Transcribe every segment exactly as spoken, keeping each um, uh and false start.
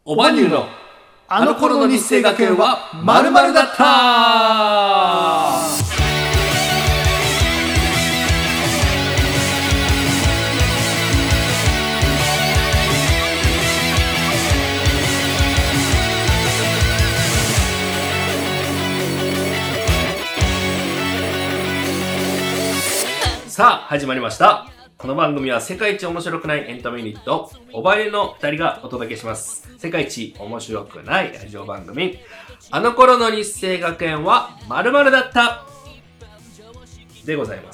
おばにゅうのあの頃の日生学園は〇〇だったさあ始まりました。この番組は世界一面白くないエンタメユニットおばゆのふたりがお届けします。世界一面白くないラジオ番組あの頃の日生学園は〇〇だったでございます、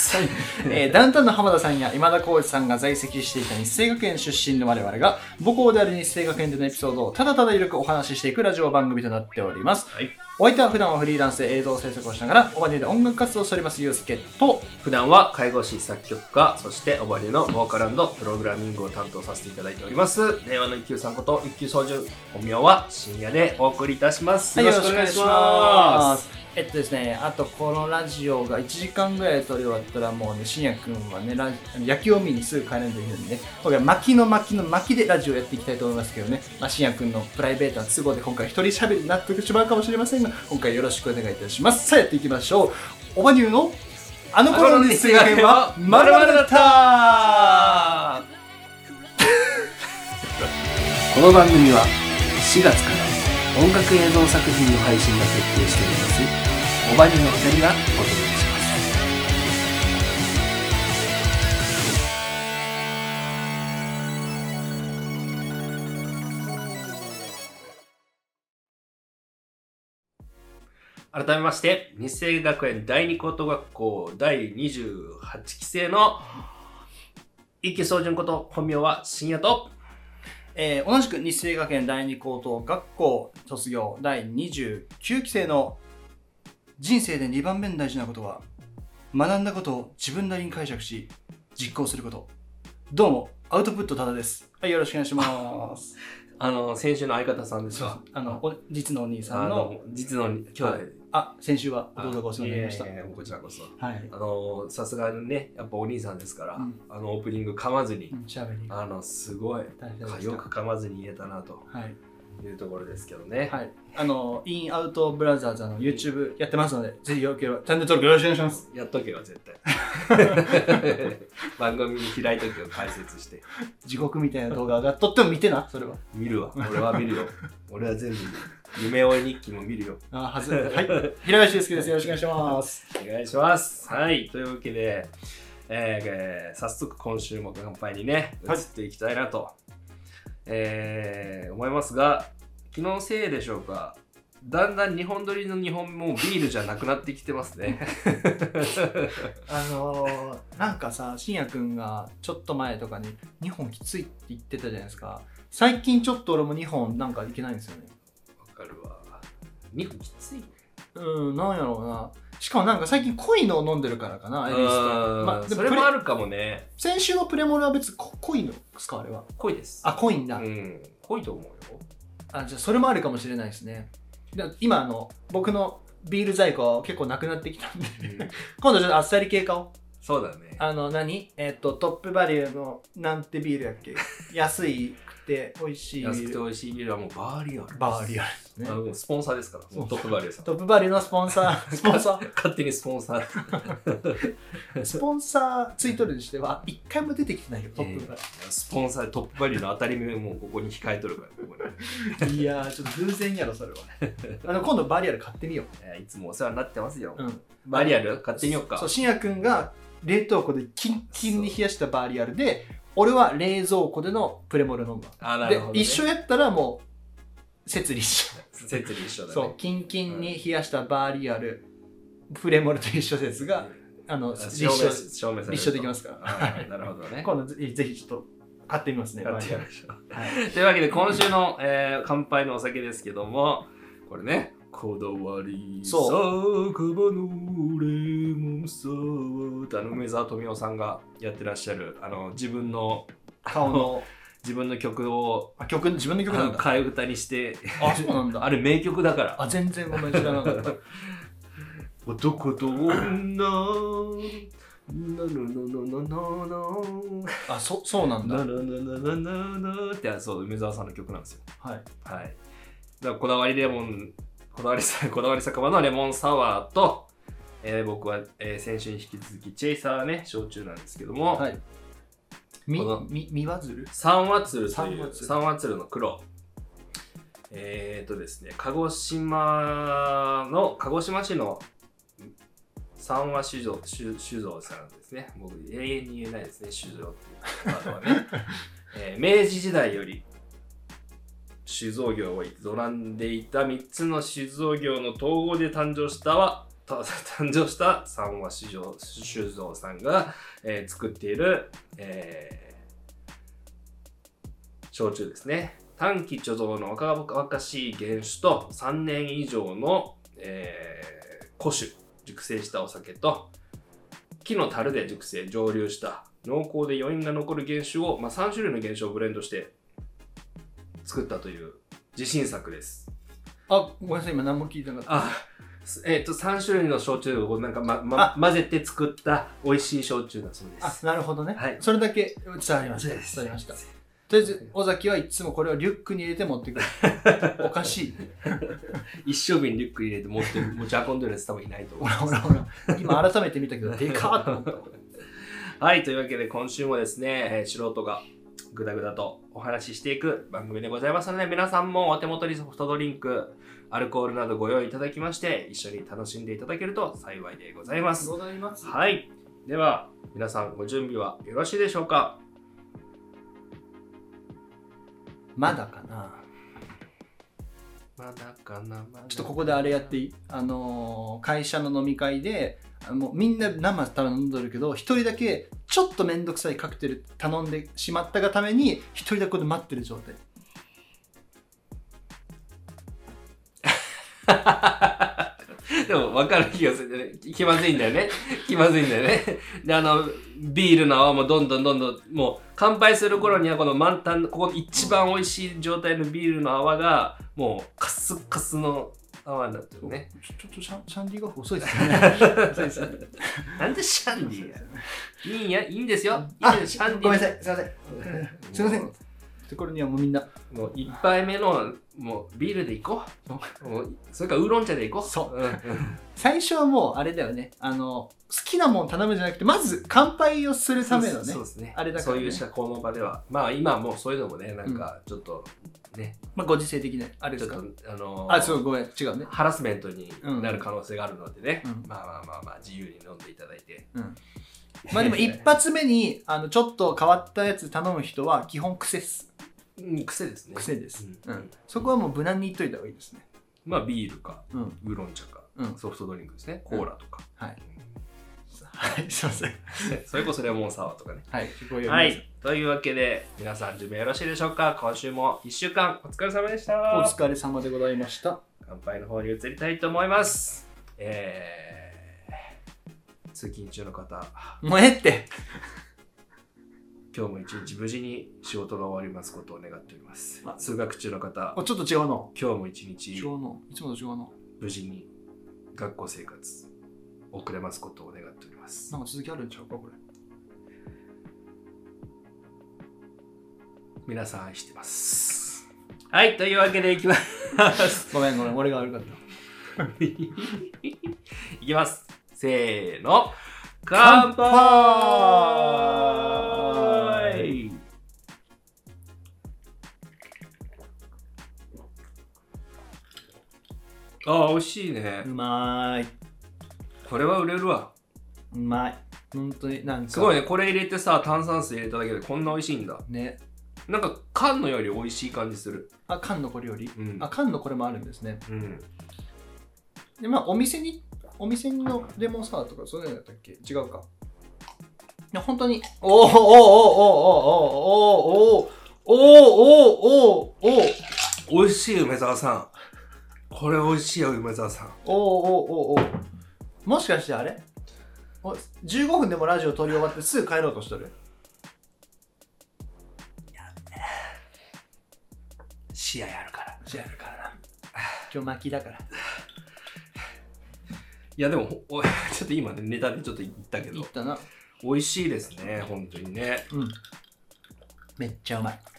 はいえー、ダウンタウンの浜田さんや今田耕司さんが在籍していた日生学園出身の我々が母校である日生学園でのエピソードをただただゆるくお話ししていくラジオ番組となっております、はい、お相手は普段はフリーランスで映像制作をしながらオバニューで音楽活動をしておりますゆうすけと、 普段は介護士作曲家そしてオバニューのボーカル&プログラミングを担当させていただいております令和の一級さんこと一級操縦、本名は深夜でお送りいたします。よろしくお願いします。 えっとですね、あとこのラジオがいちじかんぐらい撮り終わったらもうね、深夜くんはね、ラジ野球を見にすぐ帰らないといけないんでね、今回巻きの巻きの巻きでラジオやっていきたいと思いますけどね、まあ、深夜くんのプライベートな都合で今回一人喋りになってしまうかもしれませんが、今回よろしくお願いいたします。さあやっていきましょう。オバニューのあの頃の日生学園は〇〇だったこの番組はしがつから音楽映像作品の配信が決定しておりますおばにゅうのふたりがお届けします。改めまして日生学園第二高等学校第にじゅうはちきせいの一級操縦こと本名は深夜と、 えー、同じく日生学園第二高等学校卒業第にじゅうきゅうきせいの人生でにばんめに大事なことは学んだことを自分なりに解釈し実行すること。どうもアウトプット多田です。はい、よろしくお願いしますあの先週の相方さんですか。 あのお実のお兄さんの実の兄弟、はい、 あ先週はどうぞごお世話になりました。 いやいやこちらこそ、 はい、 あのさすがにねやっぱお兄さんですから、うん、あのオープニング噛まずに、うん、あのすごいよく噛まずに言えたなと、はいいうところですけどね。 はい。あの、インアウトブラザーズの YouTube やってますので、ぜひよければチャンネル登録よろしくお願いします。 やっとけよ、絶対。番組に開いとけよ、解説して。 地獄みたいな動画上がっとっても見てな、それは。 見るわ。俺は見るよ。俺は全部見る。夢追い日記も見るよ。 あ、はず。はい。平林ですけど、よろしくお願いします。 お願いします。はい。というわけで、えー、早速今週も乾杯にね、移っていきたいなと。はいえー、思いますが、気のせいでしょうか、だんだん日本撮りの日本もビールじゃなくなってきてますねあのー、なんかさ、深夜くんがちょっと前とかににほんきついって言ってたじゃないですか。最近ちょっと俺もにほんなんかいけないんですよね。 わかるわ。にほんきつい。 うん、なんやろうな。しかもなんか最近濃いのを飲んでるからかな、エビスと。 まあ、それもあるかもね。 先週のプレモルは別に濃いのですか、あれは。 濃いです。 あ、濃いんだ。 うん、濃いと思うよ。 あ、じゃあそれもあるかもしれないですね。で今あの僕のビール在庫は結構なくなってきたんで、うん、今度ちょっとあっさり系買おう。 そうだね。 あの何えっとトップバリューのなんてビールやっけ安いくて美味しいビール。 安くて美味しいビールはもうバーリアル。 バーリアルですね。 あのスポンサーですから。トップバリューさん。 トップバリューのスポンサー。スポンサー。 勝手にスポンサー。スポンサーついとるにしては一回も出てきてないよ。トップバリュー。 えー、スポンサートップバリューの当たり目もここに控えとるから。ここにいやーちょっと偶然やろそれは。あの今度バリアル買ってみよう。いつもお世話になってますよ。うん、バリアル買ってみようか。 そう、深夜くんが冷凍庫でキンキンに冷やしたバリアルで、俺は冷蔵庫でのプレモル飲む。 あ、なるほど、ね。 で、一緒やったらもう、摂理一緒。 摂理一緒だね。 そう、キンキンに冷やしたバリアル、うん、プレモルと一緒ですが、あの、立証、立証できますから。 なるほどね。 今度ぜひちょっと買ってみますね、 買ってみましょう。はい、というわけで、今週の、えー、乾杯のお酒ですけども、これね、こだわり酒場のレモンサワーってあの梅沢富美男さんがやってらっしゃるあの自分の顔の自分の曲をあ曲自分の曲なんだ替え歌にしてあそうなんだあれ名曲だからあ全然ごめん知らなかった男と女ノノノノノノあ、そそうなんだ。 ノノノノノノってそう梅沢さんの曲なんですよ。 はい。 はい。だからこだわりレモンこだわりこだわり酒場のレモンサワーと、えー、僕は、えー、先週に引き続きチェイサーね焼酎なんですけども、はい。 みみみわずる？ 三和鶴という三和鶴の黒。えーとですね、鹿児島の鹿児島市の三和酒造酒造さんですね。僕永遠に言えないですね、酒造っていうワードはね、えー。明治時代より酒造業を営んでいたみっつの酒造業の統合で誕生したは誕生した三和酒造酒造さんが、えー、作っている、えー、焼酎ですね。短期貯蔵の若々しい原酒とさんねん以上の、えー、古酒熟成したお酒と木の樽で熟成蒸留した濃厚で余韻が残る原酒を、まあ、さん種類の原酒をブレンドして作ったという自信作です。 あ、ごめんなさい、今何も聞いてなかった。 あ、えっとさん種類の焼酎をなんか、まま、混ぜて作った美味しい焼酎だそうです。 あ、なるほどね。 はい、 それだけ伝わりました。伝わりました。とりあえず尾崎はいつもこれをリュックに入れて持ってくる。おかしい。 一生瓶リュック入れて持って持ち運んでるやつ多分いないと思う。 ほらほらほら。今改めて見たけどでかーっと思った。 はい、というわけで今週もですね、素人がぐだぐだとお話ししていく番組でございますので、皆さんもお手元にソフトドリンク、アルコールなどご用意いただきまして一緒に楽しんでいただけると幸いでございます。 ございます。 はい。では皆さんご準備はよろしいでしょうか？ まだかな。 まだかな。まだちょっとここであれやっていい？あのー、会社の飲み会でもうみんな生頼んでるけど一人だけちょっとめんどくさいカクテル頼んでしまったがために一人だけここで待ってる状態。 でも分かる気がするね。気まずいんだよね。気まずいんだよね。で、あの、ビールの泡もどんどんどんどん、もう乾杯する頃にはこの満タン、ここ一番美味しい状態のビールの泡が、もうカスカスの泡になってるね。 ちょっとシャンシャンディが遅いですね。遅いですね。 なんでシャンディや。いいんや、いいんですよ。いいですシャンディ。 ごめんなさい、すいません。すいません。ところにはもうみんなもう一杯目のもうビールでいこう。もうそれからウーロン茶でいこう。 そう、うん、最初はもうあれだよね、あの好きなもん頼むじゃなくてまず乾杯をするためのね、 そうですね、 あれだから、ね、 そういう社交の場ではまあ今はもうそういうのもねなんかちょっとね、 うん、まあご時世的なあれですか、 ちょっとあのー、あそうごめん違うねハラスメントになる可能性があるのでね、 うん、 まあまあまあまあ自由に飲んでいただいて、 うん、まあでも一発目にあのちょっと変わったやつ頼む人は基本癖っす。 うん、癖ですね。 癖です、うんうん、そこはもう無難に言っといた方がいいですね。 まあビールか、 うん、 ウーロン茶か、うん、ソフトドリンクですね、コーラとか、 うん、はい、はい、すいませんそれこそレモンサワーとかね。 はい、 はい、というわけで皆さん準備よろしいでしょうか。今週もいっしゅうかんお疲れ様でした。 お疲れ様でございました。 乾杯の方に移りたいと思います。えー、通勤中の方、 もうええって今日も一日無事に仕事が終わりますことを願っております。通学中の方、 ちょっと違うの。 今日も一日違うの。いつもと違うの。 無事に学校生活送れますことを願っております。 なんか続きあるんちゃうかこれ。 皆さん愛してます。はい、というわけでいきます。 ごめんごめん、俺が悪かった。 いきます。せーの。乾杯。ああ、美味しいね。 うまーい。 これは売れるわ。 うまい。本当になんか。 すごいね。これ入れてさ、炭酸水入れただけでこんな美味しいんだ。 ね。 なんか缶のより美味しい感じする。 あ、缶のこれより、 うん、 あ、缶のこれもあるんですね。 うん。 で、まあ、お店に、お店のレモンサワーとかそういうのだったっけ？違うか。いや、本当に。おーおーおーおーおーおーおーおーおーおーおーおー美味しい梅沢さん。これ美味しいよ梅沢さん。 おーおーおーおーもしかしてあれじゅうごふんでもラジオ撮り終わってすぐ帰ろうとしてる？ 試合あるから。 試合あるからな。今日巻きだから。 いやでもおちょっと今ねネタでちょっと言ったけど。 言ったな。 美味しいですね、本当にね。 うん。めっちゃうまい。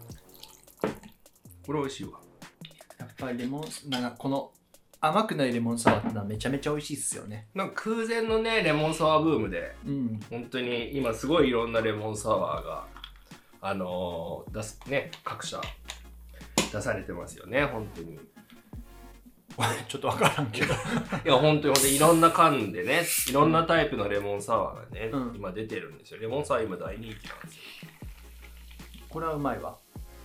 これ美味しいわ。 やっぱりレモン、なんかこの甘くないレモンサワーってのはめちゃめちゃ美味しいっすよね。 なんか空前のね、レモンサワーブームで、 うん。 本当に今すごいいろんなレモンサワーが、あのー、出す、ね、各社出されてますよね、本当に。 ちょっとわからんけど。 いや、本当に本当にいろんな缶でね、いろんなタイプのレモンサワーがね、うん、今出てるんですよ。レモンサワー今大人気なんですよ。 これはうまいわ。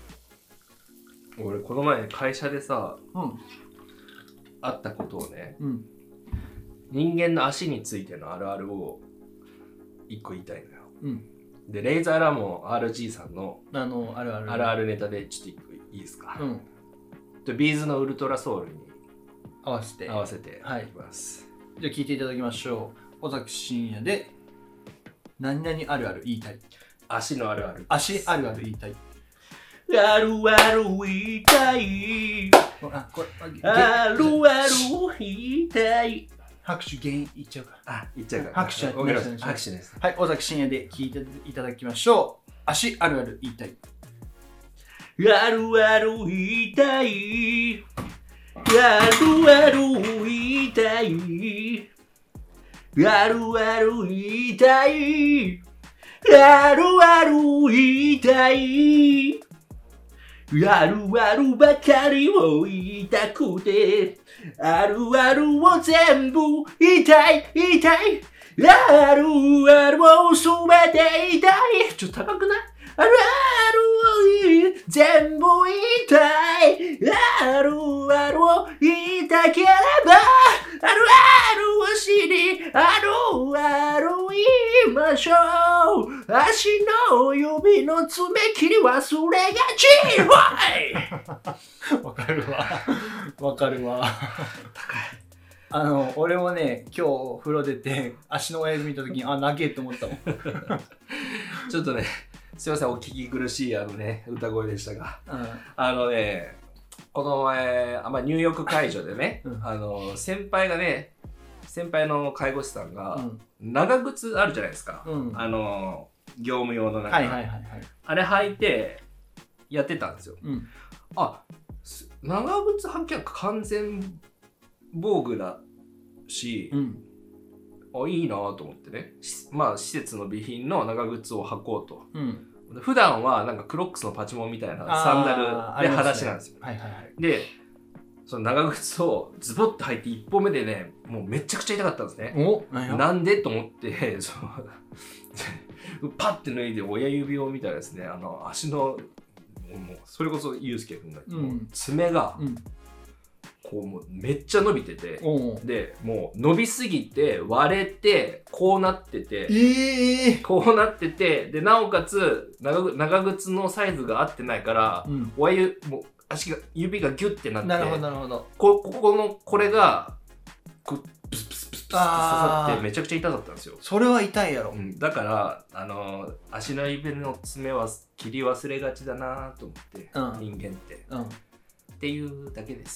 俺この前会社でさ、 うん、 あったことをね、 うん、 人間の足についてのあるあるを一個言いたいのよ。 うん、 でレイザーラモン アールジー さんのあのあるあるあるあるネタでちょっと一個いいですか。 うん、 でビーズのウルトラソウルに合わせて合わせていきます。 はい、じゃあ聞いていただきましょう。尾崎真也で何々あるある言いたい。 足のあるある。 足あるある言いたい。 あるある言いたい。 あ、これあるある言いたい。 拍手原因いっちゃうから。 あ、いっちゃうから。 拍手ごめんなさい。拍手です。 はい、尾崎真也で聞いていただきましょう。足あるある言いたい。 あるある言いたい。あるある言いたい。あるある言いたい。あるある言いたい。あるあるばかりを言いたくて、あるあるを全部言いたい言いたい。あるあるをすべて言いたい。ちょっと高くない？あるあるを全部言いたい。あるあるを言いたければ、あるあるを知り、あるある言いましょう。足の指の爪切り忘れがち。 わかるわ。わかるわ。 高い。 あの、俺もね、今日風呂出て足の親指見たときに、あ、長えと思ったもん。 ちょっとね、すいません、お聞き苦しいあのね、歌声でしたが、 うん、 あのね、この前、あまあ、入浴介助でね、 うん、 あの先輩がね、先輩の介護士さんが、うん、長靴あるじゃないですか、うん、あの業務用の中、 はいはいはいはい、 あれ履いてやってたんですよ。うん、あ、長靴履きは完全防具だし、うん、あ、いいなと思ってね、まあ施設の備品の長靴を履こうと。うん、普段はなんかクロックスのパチモンみたいなサンダルで裸足なんですよ。 はいはいはい、 で、その長靴をズボッと履いて一歩目でね、もうめちゃくちゃ痛かったんですね。お、なんでと思ってそのパッて脱いで親指を見たらですね、あの足のもうそれこそユウスケ君が、うん、爪が、うん、こうもうめっちゃ伸びてて、でもう伸びすぎて割れてこうなってて、 えー、 こうなってて、でなおかつ 長, 長靴のサイズが合ってないから、うん、親指もう足が指がギュッてなって、 なるほどなるほど、 こここのこれがこうプスプスプスプス刺さってめちゃくちゃ痛かったんですよ。 それは痛いやろ、 うん、だからあの足の指の爪は切り忘れがちだなと思って、うん、人間って、うん、っていうだけです。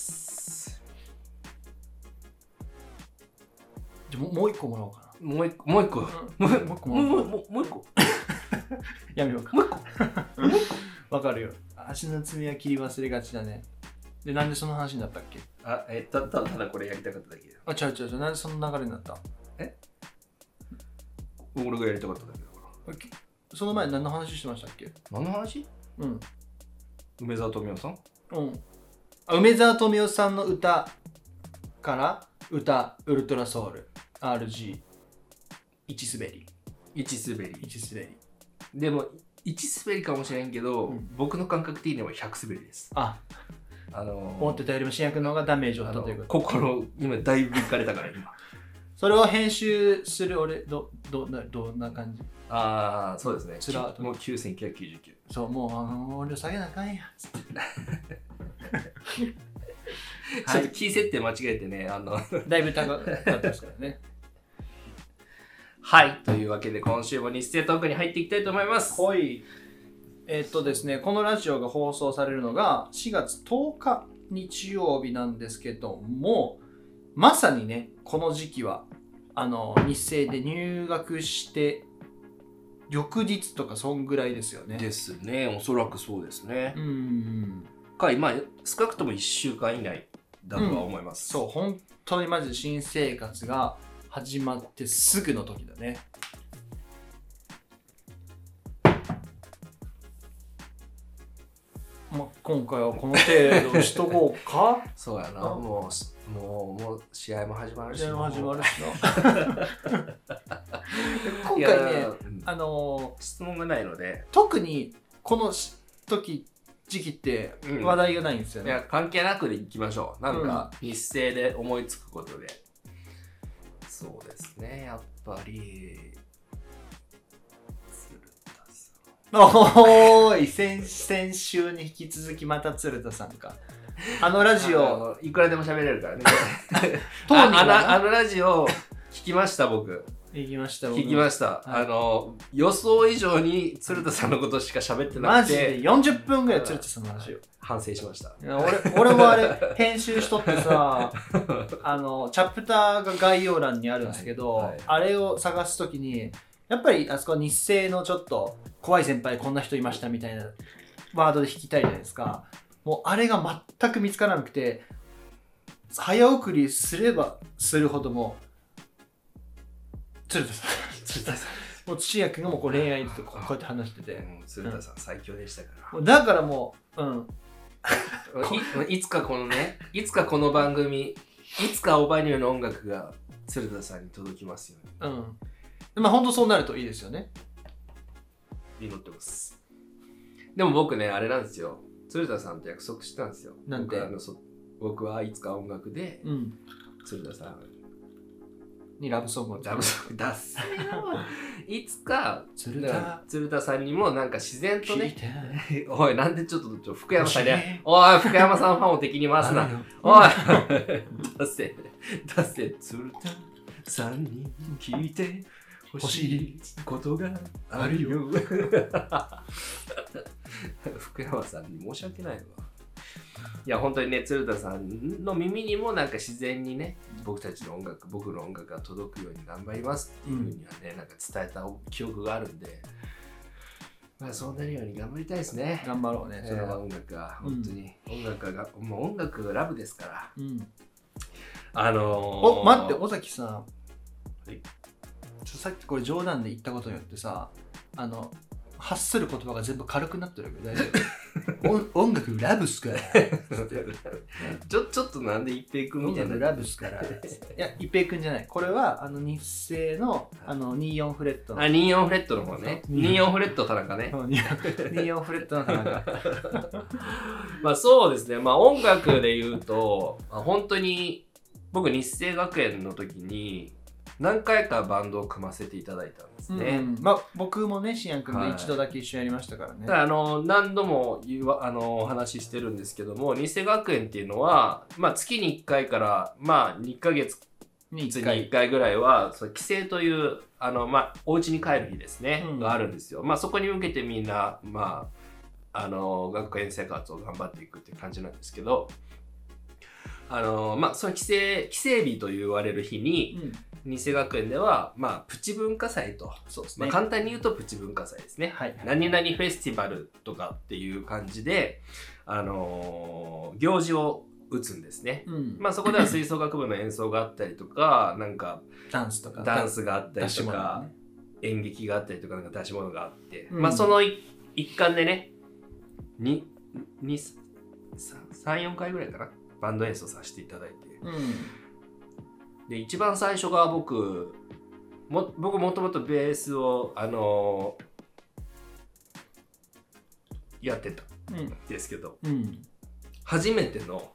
じゃももう一個もらおうかな。もう一個もう一個、うん、もう一個もうもう一個やめようか。 もう一個わかるよ。足の爪は切り忘れがちだね。で、なんでその話になったっけ？ あ、え、たたただこれやりたかっただけだよ。 あ、違う違う違う。なんでその流れになった？ え？俺がやりたかっただけだから。 その前何の話してましたっけ？ 何の話？うん。梅沢富美男さん？うん。 あ、梅沢富美男さんの歌から歌ウルトラソウル アールジー 一滑り。 一滑り。 一滑り。 でも一滑りかもしれんけど、うん、僕の感覚的には百滑りです。 あ、あのー、思ってたよりも新薬の方がダメージを負ったということ。 心今だいぶいかれたから今。 それを編集する俺どどなどんな感じ？ ああ、そうですね。つらもうきゅうせんきゅうひゃくきゅうじゅうきゅう。 そう、もうあの音量下げなあかんやつって。 ちょっとキー設定間違えてね、あのだいぶ高かったですからね。 はい、というわけで今週も日清トークに入っていきたいと思います。 はい。えー、っとですね、このラジオが放送されるのがしがつとおか日曜日なんですけども、まさにね、この時期はあの日清で入学して翌日とかそんぐらいですよね。 ですね、おそらくそうですね。 うんうん。 か、まあ、少なくともいっしゅうかん以内だとは思います。 うん、そう、本当にマジで新生活が始まってすぐの時だね。まあ、今回はこの程度にしとこうか。 そうやな、もう、もう、もう試合も始まるし。 試合も始まるしな。今回ね、あのー、 質問がないので。 特にこの時、時期って話題がないんですよね。 うん、いや、関係なくでいきましょう。なんか、日生で思いつくことで。うん、そうですね、やっぱり。 おーい、先、先週に引き続きまた鶴田さんか。あのラジオ。 いくらでも喋れるからね。あ, あ, のあのラジオ聞きました、僕。 聞きました、 聞きました。はい、あの、予想以上に鶴田さんのことしか喋ってなくて。 マジでよんじゅっぷんぐらい鶴田さんの話を。 反省しました。 いや 俺, 俺もあれ、編集しとってさ、あの、チャプターが概要欄にあるんですけど、はいはい、あれを探すときに、やっぱりあそこは日生のちょっと怖い先輩こんな人いましたみたいなワードで引きたいじゃないですか。もうあれが全く見つからなくて、早送りすればするほども鶴田さん鶴田さんもう土屋君がもうこう恋愛とこうやって話してて、うん、 鶴田さん最強でしたから、 うん、だからもう、うん、 い, いつかこのねいつかこの番組いつかオバニューの音楽が鶴田さんに届きますよね。 うんまあ本当そうなるといいですよね。 祈ってます。でも僕ねあれなんですよ。鶴田さんと約束したんですよ。 なんで？ 僕はあのそ僕はいつか音楽で、うん、鶴田さんにラブソングをラブソング出すよ。いつか鶴田鶴田さんにもなんか自然とね。おいなんでちょっとちょっと福山さんにおい福山さんファンを敵に回すな。おい出せ出せ鶴田さんに聞いて。欲しいことがあるよ。福山さんに申し訳ないわ。いや本当にね鶴田さんの耳にもなんか自然にね僕たちの音楽僕の音楽が届くように頑張りますっていうふうにはね、うん、なんか伝えた記憶があるんで、まあそうなるように頑張りたいですね。 頑張ろうね。 それは音楽が本当に、うん、音楽がもう音楽がラブですから。うん、あのー、 お待って尾崎さん。はい。ちょさっきこれ冗談で言ったことによってさあの発する言葉が全部軽くなってるけど大丈夫？音楽ラブスからちょちょっとなんで一平君みたいなラブスからいや一平君じゃないこれはあの日生のあのにじゅうよんフレットのあにじゅうよんフレットの方ねにじゅうよんフレット田中ねにじゅうよんフレットの田中まあそうですねまあ音楽で言うと、まあ、本当に僕日生学園の時に何回かバンドを組ませていただいたんですね。うん、 まあ僕もね、しやんくんが一度だけ一緒にやりましたからね。 はい、あの何度もあのお話ししてるんですけども、日生学園っていうのは、まあ、月にいっかいからまあにかげつにいっかいぐらいはその帰省というあのまあお家に帰る日ですね、うん、があるんですよ。まあそこに向けてみんなまああの学園生活を頑張っていくっていう感じなんですけど、あのまあその帰省帰省日と言われる日に。うん日生学園では、まあ、プチ文化祭と、そうですね。まあ、簡単に言うとプチ文化祭ですね。はい、何々フェスティバルとかっていう感じで、あのー、行事を打つんですね。うん、まあ、そこでは吹奏楽部の演奏があったりとか、なんか、 ダンスとか、 ダンスがあったりとか、ね、演劇があったりとか、なんか出し物があって、うん、まあ、その一環でね、に、に、さん、よんかいぐらいかな、バンド演奏させていただいて、うんで一番最初が僕も僕もともとベースを、あのー、やってたんですけど、うんうん、初めての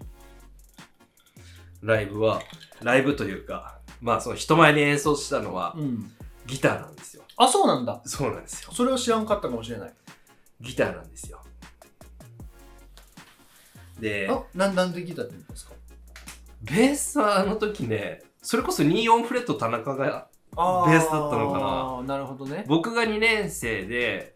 ライブはライブというかまあその人前で演奏したのは、うん、ギターなんですよ。 あ、そうなんだ。 そうなんですよ。 それを知らんかったかもしれない。 ギターなんですよ。で、 あ、な、なんでギターって言うんですか？ ベースはあの時ね、それこそにじゅうよんフレット田中がベースだったのかな。 ああ、なるほどね。 僕がにねん生で、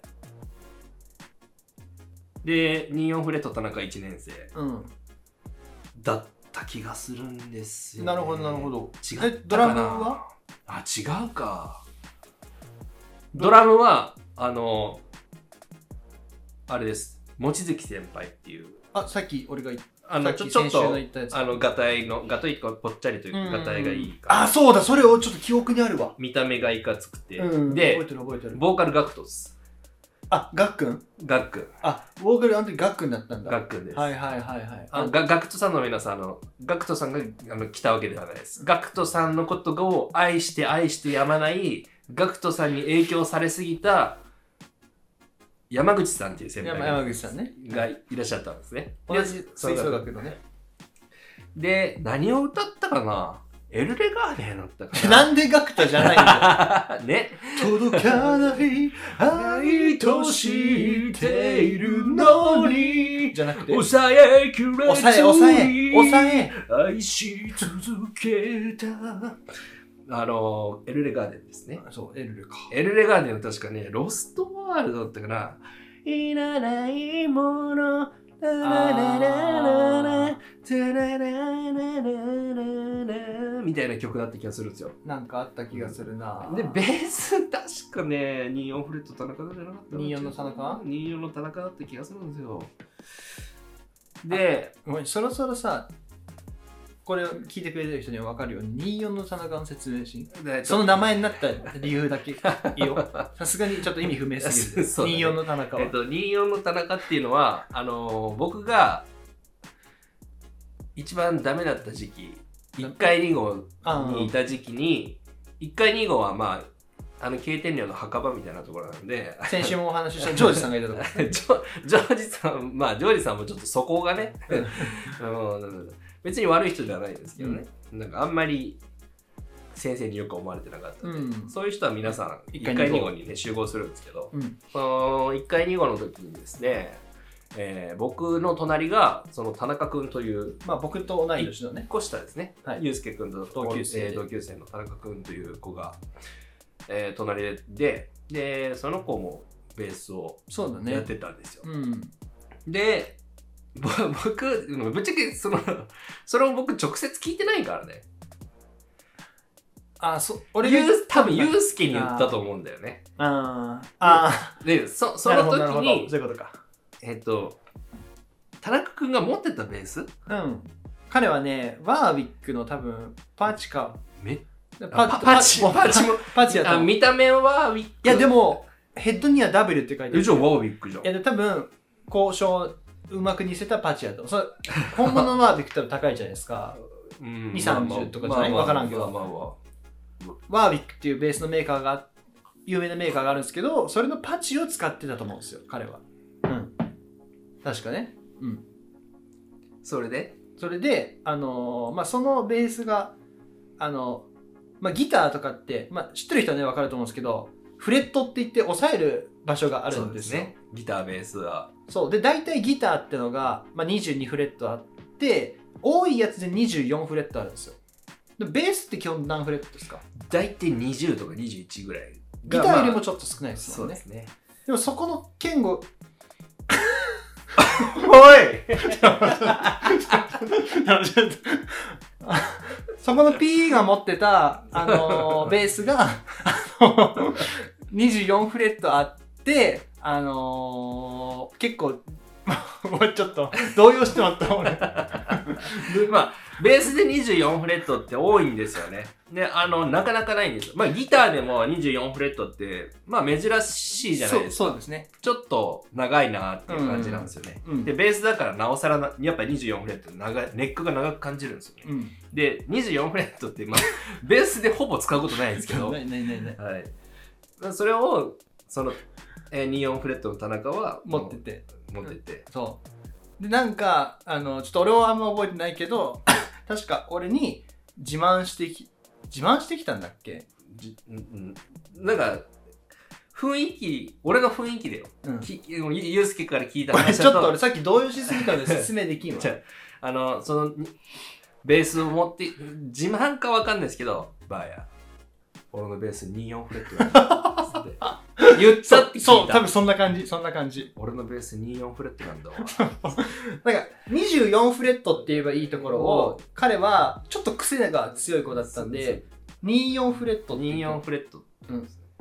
でにじゅうよんフレット田中いちねん生、うん、だった気がするんですよ、ね。 なるほどなるほど。 違ったかな。 え、ドラムは？ あ、違うか。 ドラムはあのあれです。望月先輩っていう。 あ、さっき俺が言った。 あのちょちょっとあのガタイのガタイとかぽっちゃりというガタイがいいから。 あ、そうだ、それをちょっと記憶にあるわ。 見た目がいかつくて、 うん、 で覚えてる覚えてる。 ボーカルガクトス。 あ、ガックン？ ガックン。 あ、ボーカルあの時ガックンだったんだ。 ガックンです。 はいはいはいはい。 あガガクトさんの皆さんあのガクトさんがあの来たわけではないです。ガクトさんのことを愛して愛してやまないガクトさんに影響されすぎた山口さんっていう先輩が山口さんねがいらっしゃったんですね。 同じ吹奏楽のね。 で、何を歌ったかな？エルレガーデンだったかな。 なんでガクトじゃないんだね。 届かない愛と知っているのにじゃなくて抑えきれずに抑え抑え抑え愛し続けたあのエルレガーデンですね。 そうエルレか。 エルレガーデンは確かねロストワールドだったかな。いらないものララララララタラララララみたいな曲だった気がするんですよ。 なんかあった気がするな。 でベース確かねにじゅうよんフレット田中じゃなかったにじゅうよんの田中にじゅうよんの田中だった気がするんですよ。でごめんそろそろさこれを聞いてくれてる人には分かるようににじゅうよんの田中の説明しその名前になった理由だけいいよ。さすがにちょっと意味不明すぎる。 そうだね、にじゅうよんの田中は、えっと、にじゅうよんの田中っていうのはあのー、僕が一番ダメだった時期いっかいに号にいた時期にいっかいに号はまああの経典寮の墓場みたいなところなんで先週もお話ししたジョージさんがいたところジョジョージさんまあジョージさんもちょっと素行がねうん別に悪い人ではないんですけどね、うん、なんかあんまり先生によく思われてなかったので、うん、そういう人は皆さんいっかいに号にね集合するんですけど、うん、そのいっかいに号の時にですね、えー、僕の隣がその田中くんというまあ僕と同い年のねいっこ下ですね、はい、ゆうすけくんと同級生、えー、同級生の田中くんという子が、えー、隣ででその子もベースをやってたんですよ。 そうだね、 うん、で僕ぶっちゃけそのそれを僕直接聞いてないからね。 あ、そ俺が多分ユースケに言ったと思うんだよね。 ああでそその時にそういうことか。 えっと田中くんが持ってたベース、 うん、彼はねワービックの多分パーチかめパパチパチもパチやった。 見た目はワービック。 いやでもヘッドには W って書いてある。 えじゃあワービックじゃん。 いやで多分交渉うまく似せたパチやと。それ本物のワービックって高いじゃないですか。うん、にじゅう、さんじゅうとかじゃない、まあまあ、分からんけど、まあまあまあ、ワービックっていうベースのメーカーが有名なメーカーがあるんですけど、それのパチを使ってたと思うんですよ彼は。うん確かね。うんそれでそれであのー、まあそのベースがあのまあギターとかって、まあ、知ってる人はね分かると思うんですけどフレットって言って押さえる場所があるんですよ。 そうですね、ギターベースは。 そうで大体ギターってのが、まあ、にじゅうにフレットあって多いやつでにじゅうよんフレットあるんですよ。でベースって基本何フレットですか？ 大体にじゅうとかにじゅういちぐらい。 ギターよりもちょっと少ないですもんね。 そうですね。 でもそこの剣吾おいそこの ピー が持ってた、あのー、ベースがにじゅうよんフレットあって、あのー、結構もうちょっと動揺してまった俺まあベースでにじゅうよんフレットって多いんですよね。であのなかなかないんですよ。まあギターでもにじゅうよんフレットってまあ珍しいじゃないですか。 そう、そうですね。 ちょっと長いなっていう感じなんですよね、うんうん、でベースだからなおさらなやっぱりにじゅうよんフレット長いネックが長く感じるんですよね、うん、でにじゅうよんフレットってまあベースでほぼ使うことないんですけどないないないない、 はい、それをその、えー、にじゅうよんフレットの田中は持ってて持っててそうでなんかあのちょっと俺はあんま覚えてないけど確か俺に自慢してき自慢してきたんだっけ？ じ、うん、なんか雰囲気俺の雰囲気だよ、うん、きゆうすけから聞いた話だとちょっと俺さっき動揺しすぎたので説明できんわあのそのベースを持って自慢かわかんないですけどバーや俺のベースにじゅうよんフレットって言ったって聞いた。 そう、多分そんな感じ、そんな感じ。 俺のベースにじゅうよんフレットなんだわ。 なんかにじゅうよんフレットって言えばいいところを、彼はちょっと癖が強い子だったんで、にじゅうよんフレットって。 にじゅうよんフレット。 うん。そ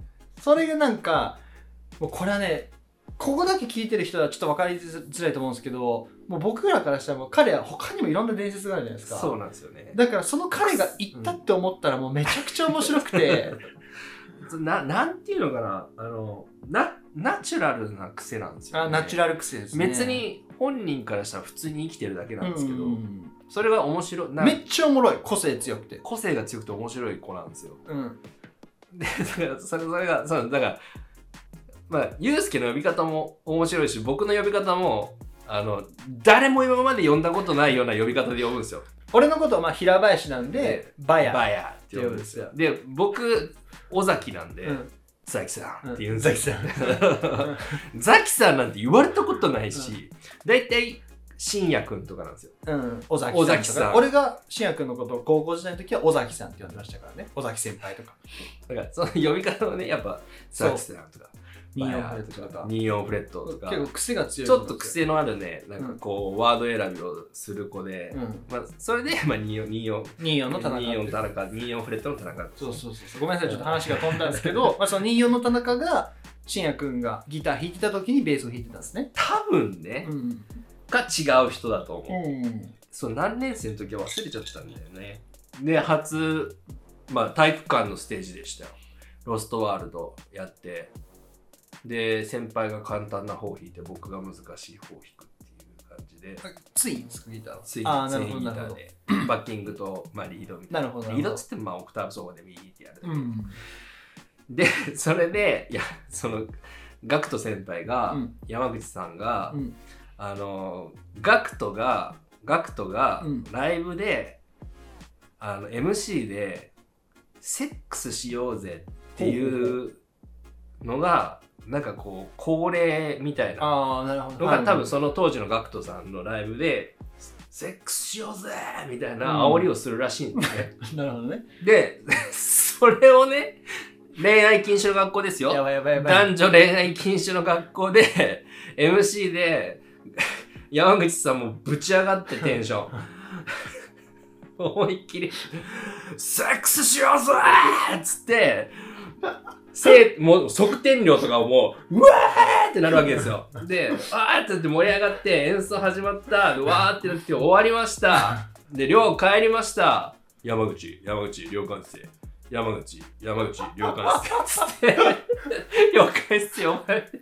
それがなんかもうこれはねここだけ聞いてる人はちょっと分かりづらいと思うんですけど、もう僕らからしたらもう彼は他にもいろんな伝説があるじゃないですか。 そうなんですよね。 だからその彼が言ったって思ったらもうめちゃくちゃ面白くてな, なんていうのかな、あの ナ, ナチュラルな癖なんですよ、ね、 あナチュラル癖ですね。 別に本人からしたら普通に生きてるだけなんですけど、 うんうんうん、 それが面白い。 めっちゃおもろい。個性強くて個性が強くて面白い子なんですよ。 うん、 でだからそれそれがそうだからまあユウスケの呼び方も面白いし、僕の呼び方もあの誰も今まで呼んだことないような呼び方で呼ぶんですよ。 俺のことはまあ平林なんでバヤバヤって呼ぶんですよ。で僕尾崎なんで、うん、ザキさんって言うんですよ。ザキさんなんて言われたことないし、だいたい信也くんとかなんですよ。 うん、尾崎さんとか。尾崎さん。俺が信也くんのことを高校時代の時は尾崎さんって呼んでましたからね。尾崎先輩とか。 だからその呼び方をね、やっぱザキさんとか。 にじゅうよんフレットとかにじゅうよんフレットとか結構癖が強い。 ちょっと癖のあるね、なんかこう、うん、ワード選びをする子で、うん、まあそれでまあにじゅうよんにじゅうよんにじゅうよんの田中にじゅうよん田中にじゅうよんフレットの田中。 そうそうそう。ごめんなさいちょっと話が飛んだんですけど、まあそのにじゅうよんの田中が信也くんがギター弾いてた時にベースを弾いてたんですね。 多分ね、うん、が違う人だと思う。うん、そう何年生の時は忘れちゃったんだよね。で初まあ体育館のステージでしたよ。ロストワールドやって。で先輩が簡単な方を弾いて僕が難しい方を弾くっていう感じで、 ツインですかギターは。 ツインギターでバッキングと、まあ、リードみたいな。 なるほど。 リードっつってもまあオクターブソロで右ってやる、うん、でそれでいやそのガクト先輩が、うん、山口さんが、うん、あのガクトがガクトがライブで、うん、あの エムシー でセックスしようぜっていうのがなんかこう恒例みたいなのが多分その当時のガクトさんのライブでセックスしようぜみたいな煽りをするらしいんですね、 うん、なるほどね。 でそれをね恋愛禁止の学校ですよ。 やばいやばいやばい。 男女恋愛禁止の学校で エムシー で山口さんもぶち上がってテンション思いっきりセックスしようぜっつってせもう測定量とかをもううわーってなるわけですよ。であーってなって盛り上がって演奏始まった。うわーってなって終わりました。で寮帰りました。山口山口了解です山口山口了解ですって了解ですよ呼ばれて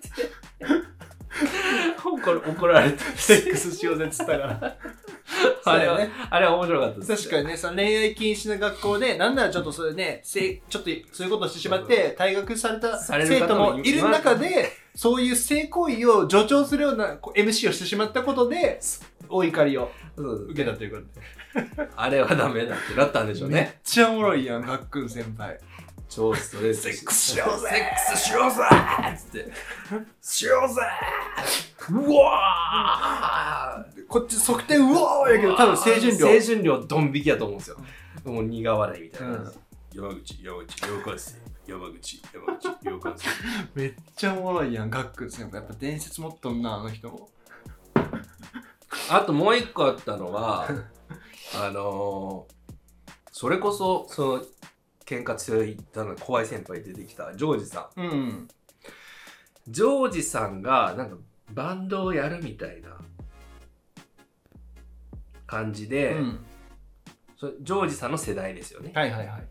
怒, 怒られてセックスしようぜっつったからあれはね、あれは面白かったです。 確かにね、その恋愛禁止の学校で、なんならちょっとそれね、ちょっとそういうことをしてしまって、退学された生徒もいる中で、そういう性行為を助長するような エムシー をしてしまったことで、お怒りを受けたということで。 あれはダメだってなったんでしょうね。 めっちゃおもろいやん、がっくん先輩。 超ストレス。 セックスしようぜセックスしようぜっつって。しようぜうわーこっち測定うわーやけど多分清純量。 清純量ドン引きやと思うんですよ。もう苦笑いみたいな感じ。うん、山口、山口、了解です。山口、山口、了解です。 めっちゃおもろいやん、ガック先輩。やっぱ伝説持っとんな、あの人も。 あともう一個あったのは、あのー、それこそ、その、喧嘩強い怖い先輩出てきたジョージさん、うん、ジョージさんがなんかバンドをやるみたいな感じで、うん、そジョージさんの世代ですよね、 はいはいはい、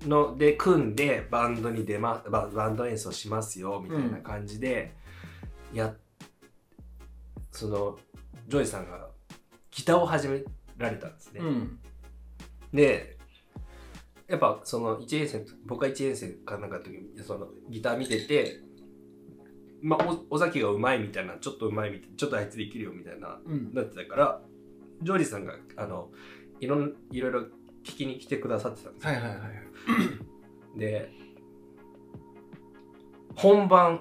ので組んでバンドに出まババンド演奏しますよみたいな感じで、うん、やそのジョージさんがギターを始められたんですね、うん、でやっぱそのいちねん生僕がいちねん生かなんかの時にそのギター見てて、まあ、尾崎がうまいみたいなちょっとうまいみたいなちょっとあいつできるよみたいな、うん、なってたからジョージさんがあのいろんいろいろ聞きに来てくださってたんですよ、はいはいはい、で本番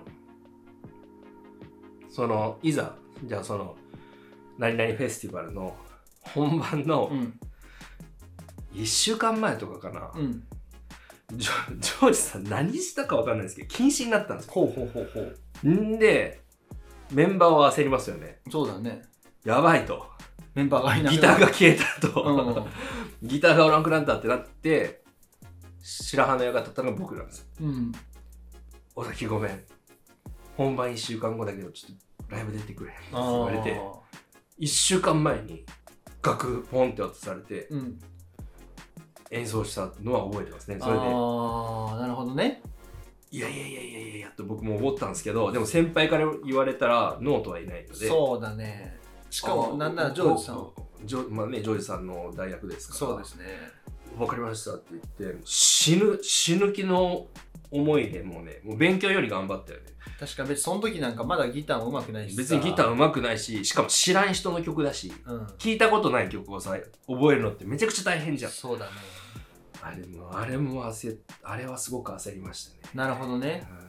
そのいざじゃあその何々フェスティバルの本番の、うんいっしゅうかんまえとかかな、うん、ジ, ョジョージさん何したか分かんないですけど禁止になったんですよ。 ほうほうほうほうんでメンバーは焦りますよね。 そうだね。 やばいとメンバーがいなくなギターが消えたと、うんうん、ギターがおらんくなったってなって白羽の矢が立ったのが僕なんですよ、うん、 おさきごめん本番いっしゅうかんごだけどちょっとライブ出てくれって言われていっしゅうかんまえに楽ポンって渡されて、うん、演奏したのは覚えてますね。それでああなるほどね。 いやいやいやいやいやと僕も思ったんですけど、でも先輩から言われたらノートはいないので。 そうだね。しかもなんならジョージさんジョ,、まあね、ジョージさんの大学ですから。 そうですね。 わかりましたって言って死ぬ死ぬ気の思いでもうねもう勉強より頑張ったよね。 確か別にその時なんかまだギターも上手くないし別にギター上手くないし、しかも知らん人の曲だし、うん、聞いたことない曲をさ覚えるのってめちゃくちゃ大変じゃん。 そうだね。 あれもあれも焦あれはすごく焦りましたね。 なるほどね、うん、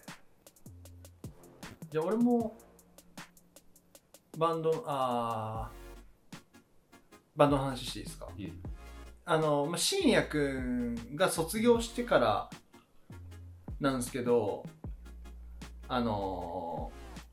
じゃあ俺もバンドあバンドの話していいですか。いい。あの、まあ、信也くんが卒業してからなんですけど、あの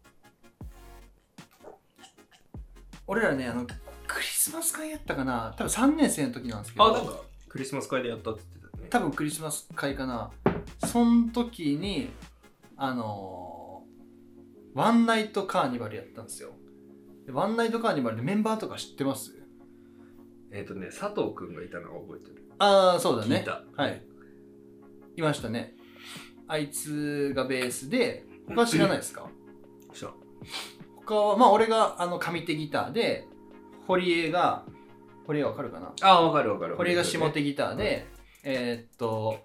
ー、俺らねあのクリスマス会やったかな、多分さんねん生の時なんですけど。 あ、なんかクリスマス会でやったって言ってたね。 多分クリスマス会かな。その時にあのー、ワンナイトカーニバルやったんですよ。ワンナイトカーニバルでメンバーとか知ってます？ えっ、ー、とね佐藤くんがいたのが覚えてる。 ああそうだね。 聞いた。 はい。いましたね。あいつがベースで、他は知らないですか？ 知らん。 他はまあ俺があの上手ギターで、堀江が堀江わかるかな？ ああわかるわかる。 堀江が下手ギターで、うん、えー、っと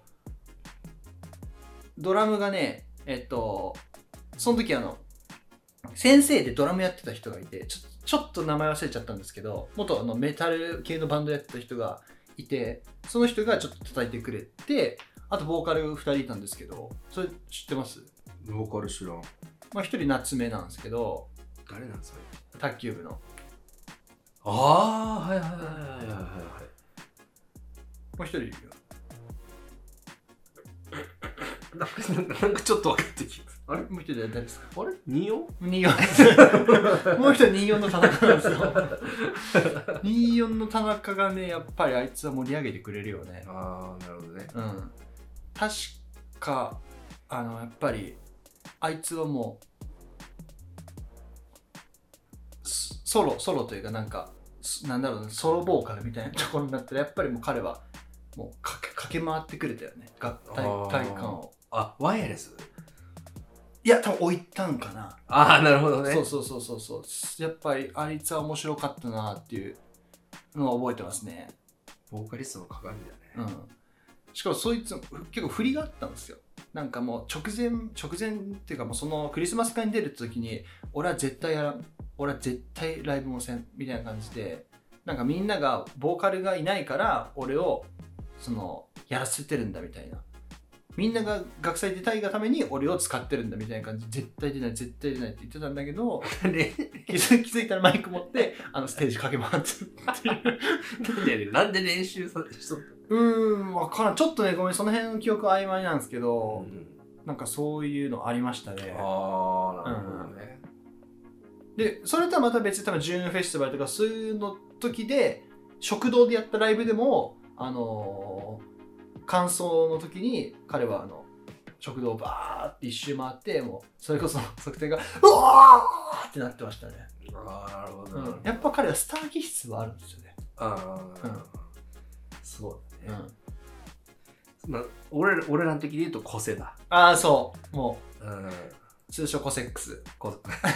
ドラムがねえー、っとその時あの先生でドラムやってた人がいて、ちょちょっと名前忘れちゃったんですけど、元あのメタル系のバンドやってた人がいて、その人がちょっと叩いてくれて、あとボーカルふたりいたんですけど、それ知ってます？ ボーカル知らん。 まあひとり夏目なんですけど。 誰なんそれ？ 卓球部の。 ああはいはいはいはいはいはい。 もう一人いるよ。 なんかなんかちょっと分かってきます。 あれもう一人誰ですか？ あれによん？ によんもう一人によんの田中なんですよ。によんの田中がねやっぱりあいつは盛り上げてくれるよね。 ああなるほどね。 うん。確かあのやっぱりあいつはもうソロソロというかなんかなんだろうね、ソロボーカルみたいなところになったらやっぱりもう彼はもうかけ駆け回ってくれたよね。が体体感を。 あ、ワイヤレス？ いや多分置いたんかな。 ああなるほどね。 そうそうそうそうそう。やっぱりあいつは面白かったなっていうのを覚えてますね。 ボーカリストの鏡だね。 うん。しかもそいつ結構振りがあったんですよ。なんかもう直前直前っていうかもうそのクリスマス会に出る時に俺は絶対やら俺は絶対ライブもせんみたいな感じで、なんかみんながボーカルがいないから俺をそのやらせてるんだみたいな、みんなが学祭出たいがために俺を使ってるんだみたいな感じで絶対出ない絶対出ないって言ってたんだけど気づ気づいたらマイク持ってあのステージ駆け回ってるっていうなんで練習させしとった？ うーん分からん、ちょっとねごめんその辺の記憶曖昧なんですけど、うん、なんかそういうのありましたね。 ああなるほどね、 うん、でそれとはまた別に多分ジューンフェスティバルとかそういうの時で食堂でやったライブでもあのー、感想の時に彼はあの食堂をバーって一周回ってもうそれこそ側転がうわーってなってましたね。 ああなるほど、 うん、やっぱ彼はスター気質はあるんですよね。 ああ、うん、そうだね、 うんまあ、俺, 俺らの時で言うとコセだ。 ああそうもう、うん、通称コセックスコ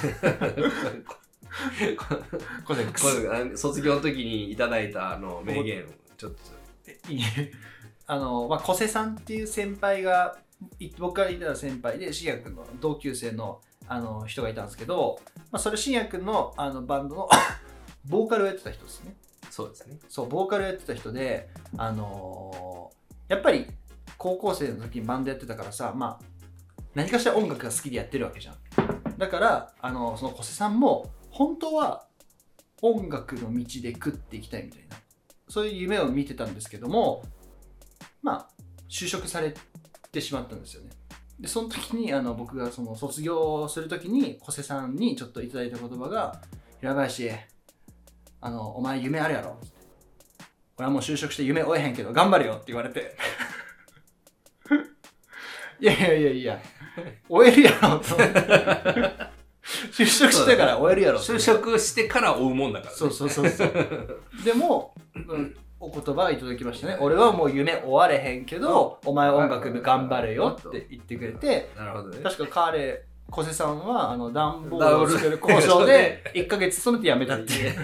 コセックス卒業の時にいただいたあの名言をちょっといいあの、まあ、コセさんっていう先輩が僕がいた先輩で信也君の同級生 の, あの人がいたんですけど、まあ、それ信也君 の, あのバンドのボーカルをやってた人ですね。 そうですね。 そうボーカルをやってた人で、あのー、やっぱり高校生の時にバンドやってたからさ、まあ、何かしら音楽が好きでやってるわけじゃん。だからあのその小瀬さんも本当は音楽の道で食っていきたいみたいなそういう夢を見てたんですけども、まあ就職されてしまったんですよね。でその時にあの僕がその卒業する時に小瀬さんにちょっといただいた言葉が「平林あのお前夢あるやろ」俺はもう就職して夢追えへんけど頑張れよって言われていやいやいやいや終えるやろと就職してから終えるやろ就職してから追うもんだから、ね、 そうそうそうそうでも、うん、お言葉いただきましたね。俺はもう夢終われへんけど、お前音楽部頑張れよって言ってくれて、 なるほどね。 確か彼小瀬さんはあの段ボールを作る工場でいっかげつ勤めて辞めたっていう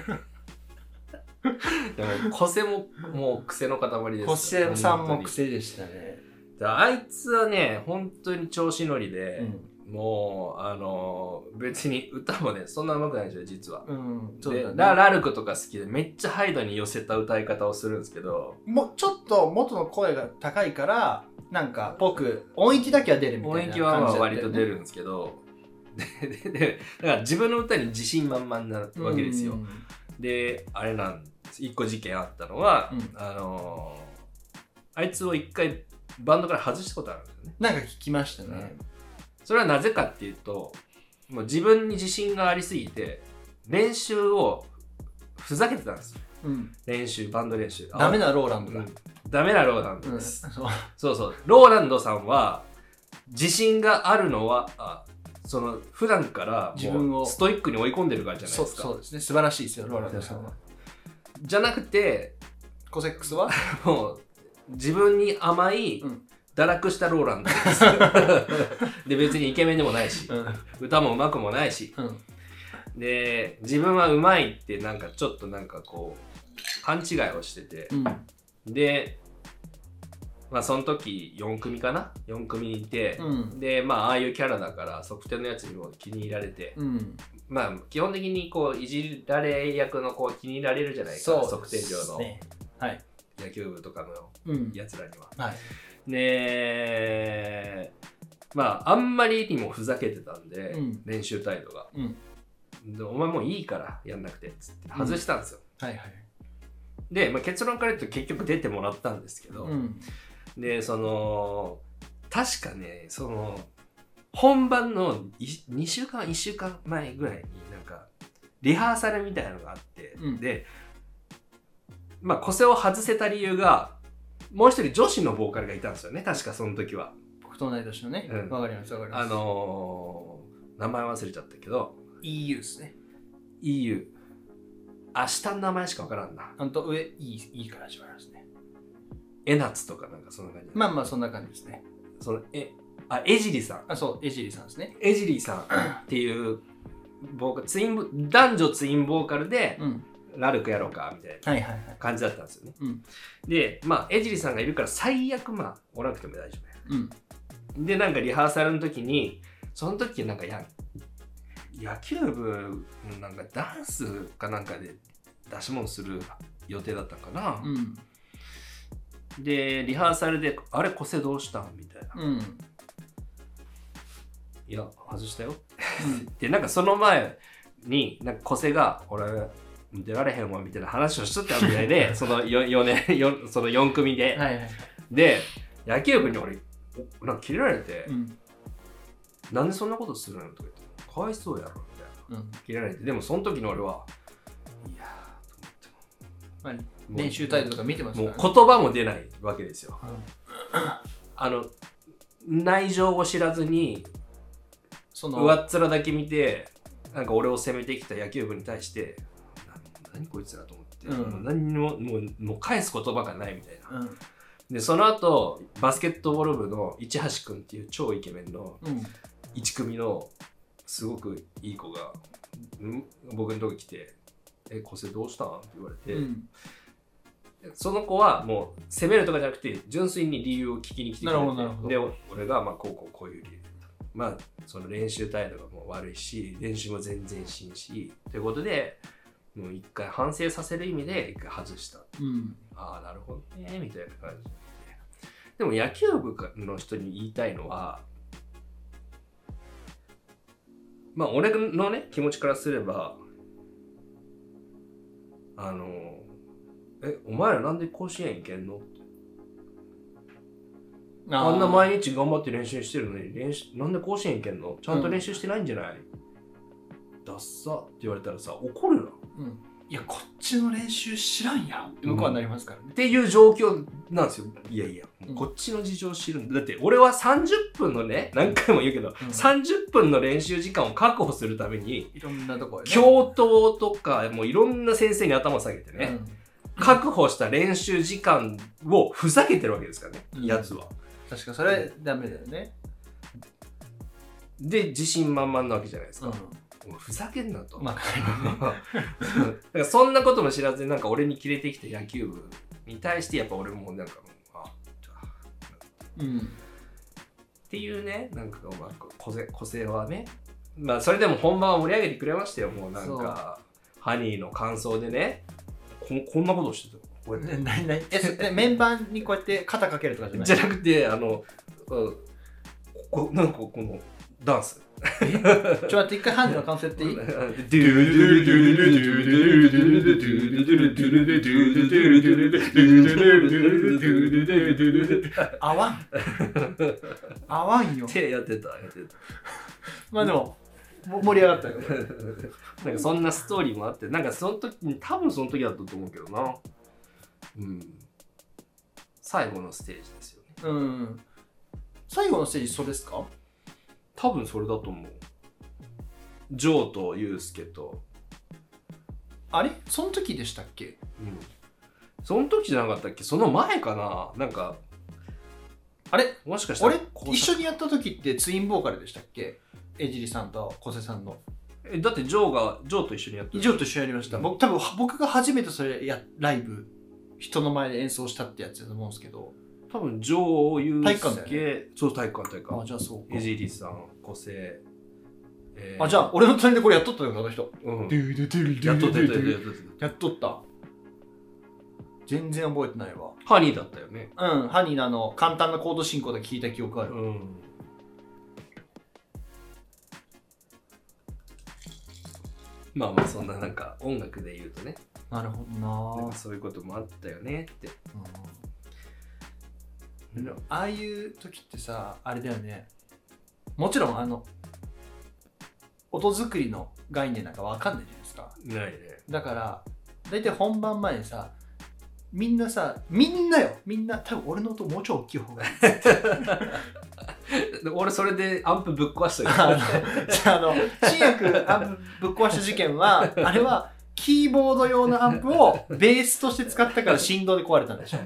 でも小瀬ももう癖の塊です。 小瀬さんも癖でしたね。 あいつはね本当に調子乗りで、うん、もうあのー、別に歌もねそんな上手くないんですよ実は、 うんそうだね、でララルクとか好きでめっちゃハイドに寄せた歌い方をするんですけど、 もうちょっと元の声が高いからなんか僕音域だけは出るみたいな感じだったよね。 音域はまあ割と出るんですけどでででだから自分の歌に自信満々なわけですよ、うん、であれなんです一個事件あったのは、うん、あのー、あいつを一回バンドから外したことあるんですよね。 なんか聞きましたね、うん、 それはなぜかっていうともう自分に自信がありすぎて練習をふざけてたんですよ、うん、練習バンド練習ダメなローランドだ、うん、 ダメなローランドです、うん、そうそうそうローランドさんは自信があるのはあその普段から自分をストイックに追い込んでるからじゃないですか。 そう、そうですね、素晴らしいですよローランドさんは。 じゃなくてコセックスはもう自分に甘い、うん、堕落したローランドですで別にイケメンでもないし、うん、歌も上手くもないし、うん、で自分は上手いってなんかちょっとなんかこう勘違いをしてて、うん、でまあその時よん組かなよん組いて、うん、でまあああいうキャラだから側転のやつにも気に入られて、うん、まあ基本的にこういじられ役のこう気に入られるじゃないか側転上の、ね、はい野球部とかのやつらには、うんはい、でまああんまりにもふざけてたんで、うん、練習態度が、うん、でお前もういいからやんなくてっつって外したんですよ、うん、はいはい、で、まあ、結論から言うと結局出てもらったんですけど、うん、でその確かねその本番のにしゅうかんいっしゅうかんまえぐらいになんかリハーサルみたいなのがあって、うん、でまあ、個性を外せた理由がもう一人女子のボーカルがいたんですよね確かその時は。 僕と同い年のね、うん、わかりますわかります。 あのー、名前忘れちゃったけどイーユー ですね。 イーユー 明日の名前しかわからんな。 あんと上 E, E から始まりますね。 エナツとかなんかそんな感じ。 まあまあそんな感じですね。 そのえあエジリさん。 あそうエジリさんですね。 エジリさんっていうボーカルツイン男女ツインボーカルで、うんラルクやろうかみたいな感じだったんですよね、はいはいはいうん、でまあエジリさんがいるから最悪まあおらなくても大丈夫、うん、でなんかリハーサルの時にその時なんかや野球部なんかダンスかなんかで出し物する予定だったのかな、うん、でリハーサルであれ個性どうしたんみたいな、うん、いや外したよ、うん、でなんかその前になんか個性が俺出られへんわみたいな話をしとったみたいでその よ, よねんそのよん組で、はいはい、で野球部に俺なんかキレられて、うん、なんでそんなことするのとか言ってかわいそうやろみたいな、うん、キレられてでもその時の俺はいやーと思って、 まあ、練習態度とか見てますから、 ね、もう言葉も出ないわけですよ、うん、あの内情を知らずにその上っ面だけ見てなんか俺を攻めてきた野球部に対して何こいつらと思って、うん、もう何ももう、もう返す言葉がないみたいな、うん、でその後バスケットボール部の市橋くんっていう超イケメンのいち組のすごくいい子が、うん、僕のとこ来て「え個性どうしたん?」って言われて、うん、その子はもう責めるとかじゃなくて純粋に理由を聞きに来てくれてで俺がまあこうこうこういう理由まあその練習態度がもう悪いし練習も全然しんしということでもう一回反省させる意味で一回外した、うん、ああなるほどねみたいな感じででも野球部の人に言いたいのはまあ俺のね気持ちからすればあのえお前らなんで甲子園行けんのってあ, あんな毎日頑張って練習してるのに練習なんで甲子園行けんのちゃんと練習してないんじゃない、うんダッサって言われたらさ怒るな、 うん、 いやこっちの練習知らんやって向こうはなりますからね、 うん、っていう状況なんですよ。いやいや、 うん、 こっちの事情知るんだ。だって俺はさんじゅっぷんのね、何回も言うけど、うん、さんじゅっぷんの練習時間を確保するためにいろんなところ、ね、 教頭とかもういろんな先生に頭を下げてね、うん、確保した練習時間をふざけてるわけですからね、うん、やつは。 確かそれダメだよね。 で自信満々なわけじゃないですか、うん、もうふざけんなと、まあだからそんなことも知らずになんか俺にキレてきた野球部に対してやっぱ俺もなんかあうん、っていうね、なんかまあ個性、個性はね、まあそれでも本番は盛り上げてくれましたよ。もうなんかハニーの感想でね、こ, こんなことしてたよ。こうやって何何えメンバーにこうやって肩かけるとかじゃない？ じゃなくてあのこなんかこのダンス。 えちょっと待って一回ハニーの感想やっていい？合わん合わんよ。 手やってたやってた。 まあでも盛り上がったよ。 なんかそんなストーリーもあって、なんかその時に多分その時だったと思うけどな。うん。最後のステージですよね。 うん。最後のステージそれですか？ 多分それだと思う。ジョーとユウスケと。 あれその時でしたっけ？ うん。その時じゃなかったっけ？その前かな。なんかあれもしかしたら俺一緒にやった時ってツインボーカルでしたっけ？江尻さんと小瀬さんの。 えだってジョーがジョーと一緒にやってジョーと一緒にやりました。うん、僕多分僕が初めてそれやライブ人の前で演奏したってやつだと思うんですけど。 多分ジョー、ユウスケ、 体育館だよね、 そう体育館体育館。 あじゃあそうか。 江尻さん、小瀬、 えー、あじゃあ俺の隣でこれやっとったよあの人。 うん。 やっとったやっとったやっとった。全然覚えてないわ。 ハニーだったよね。 うん、ハニーのあの簡単なコード進行で聞いた記憶ある。うん。 まあまあそんななんか音楽で言うとね。 なるほどな。 なんかそういうこともあったよねって。 うん、ああいう時ってさ、あれだよね。もちろんあの音作りの概念なんかわかんないじゃないですか。 ないね。 だからだいたい本番前にさ、みんなさ、みんなよ、みんな多分俺の音もうちょい大きい方がいい。 俺それでアンプぶっ壊したけど。じゃああの新薬アンプぶっ壊した事件はあれはキーボード用のアンプをベースとして使ったから振動で壊れたんでしょ。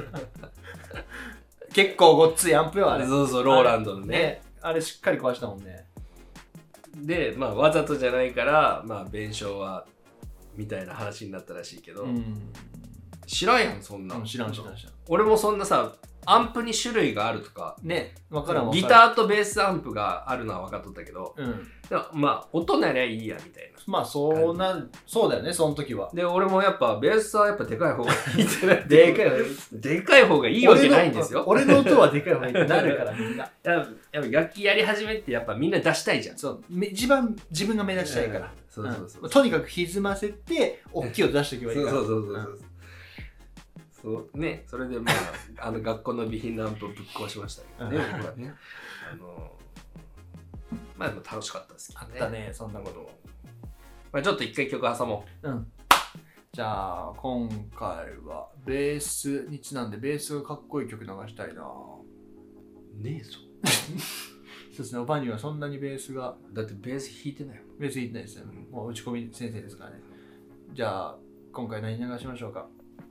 結構ごっついアンプよあれ。 そうそうローランドのね。 ねあれしっかり壊したもんね。 でまあわざとじゃないからまあ弁償はみたいな話になったらしいけど、うん、知らんやんそんな、 うん、知らん知らん知らん。 俺もそんなさアンプに種類があるとかね分からん分からん。 ギターとベースアンプがあるのは分かっとったけど、うん、でもまあ音なりゃいいやみたいな。 まあそうなそうだよねその時は。 で俺もやっぱベースはやっぱでかい方がいいってでかい方がいいでかい方がいいわけないんですよ。 俺の音はでかい方がいいってなるからみんな。 やっぱ楽器やり始めってやっぱみんな出したいじゃん。 そう一番自分が目指したいから。 そうそうそう、 うん、とにかく歪ませて大きい音出していけばいいから。 そうそうそうそうそう。そうね、それでまああの学校の備品のアンプをぶっ壊しましたけどね。僕はね。あのまあでも楽しかったですけどね。 あったねそんなこと。 まあちょっと一回曲挟もう。うん。じゃあ今回はベースにちなんでベースがかっこいい曲流したいな。 ねえぞ。 そうですね。おばにはそんなにベースがだってベース弾いてないよ。 ベース弾いてないですよ。うん、もう打ち込み先生ですからね。じゃあ今回何流しましょうか。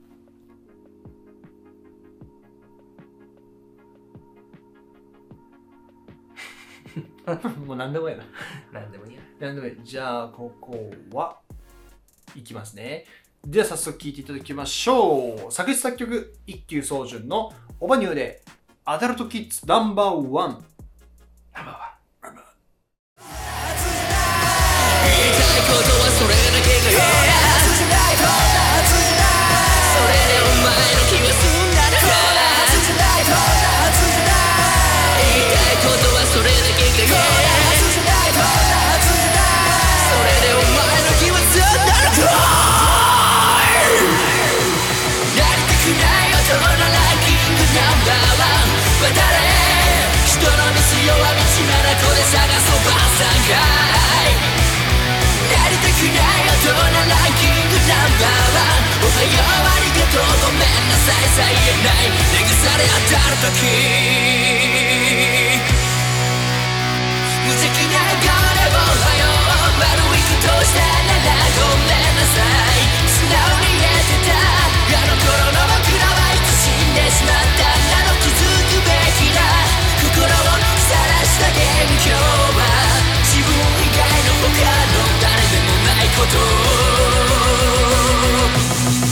もう何でもいいな。 何でもいいや。 何でもいい。じゃあここはいきますね。では早速聴いていただきましょう。作詞作曲一休宗純のオバニューでアダルトキッズナンバーワン。ナンバーワン。ナンバーワン。言いたいことはそれだけがそれでお前の気は済んだのか。言いたいことはそれだけがそれでお前の気は済んだのか。やりたくない男のランキングナンバーワンは誰。人のミス弱みちならこで探そうばあさんかい。やりたくない男のランキング当たるとき無邪気な彼をはよ悪いことしたならごめんなさい素直に言えてたあの頃の僕らはいつ死んでしまったなの気づくべきだ心を晒した元凶は自分以外の他の誰でもないこと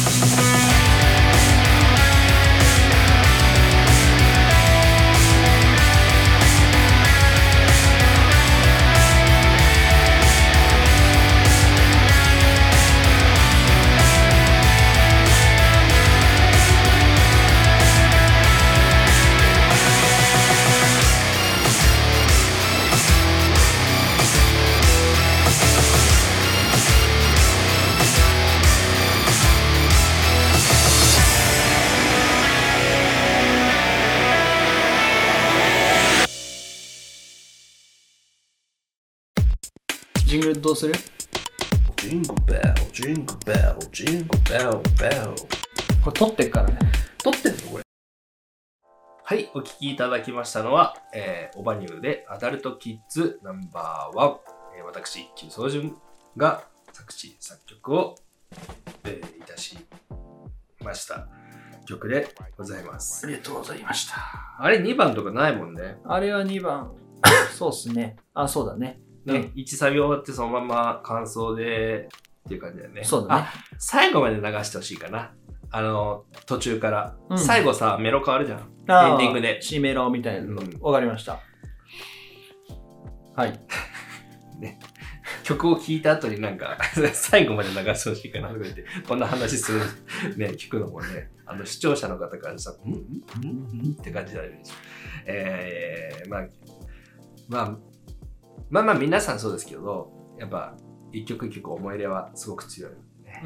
ジングルどうする？ ジングベル、ジングベル、ジングベル、ベル。 これ撮ってっからね。 撮ってんのこれ。はい、お聴きいただきましたのは、えー、オバニューでアダルトキッズナンバーワン。えー、私、キムソウジュンが作詞作曲を、えー、いたしました曲でございます。 ありがとうございました。 あれにばんとかないもんね。 あれはにばん。そうっすね。あ、そうだね。 ね、いちサビ終わってそのまま感想でっていう感じだよね。 そうだね。 あ、最後まで流してほしいかな。あの、途中から。 うん、 最後さ、メロ変わるじゃん。エンディングで。 C メロみたいなの。わ、 うん、 かりました。はい。 ね。曲を聴いた後になんか、最後まで流してほしいかなとか言って、こんな話する、ね、聞くのもね、あの、視聴者の方からさ、んんんんって感じだよね。えー、まあ、まあ、まあまあ皆さんそうですけど、やっぱ一曲一曲思い入れはすごく強いのでね。 うん。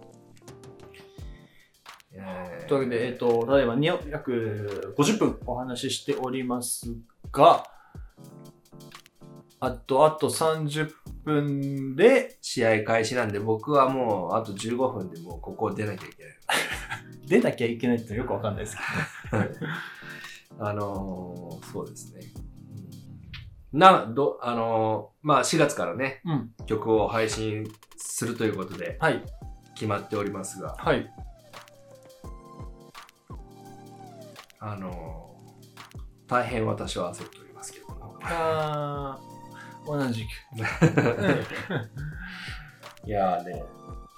えー、 というわけで、えっ、ー、と、例えば約ごじゅっぷんお話ししておりますが、あとあとさんじゅっぷんで試合開始なんで、僕はもうあとじゅうごふんでもうここを出なきゃいけない。 出なきゃいけないってよくわかんないですけど。あのー、そうですね。な、ど、あのー、まあしがつからね、 うん、 曲を配信するということで、 はい、 決まっておりますが、 はい、 あのー、大変私は焦っておりますけども。 あー、同じく。 いやーね、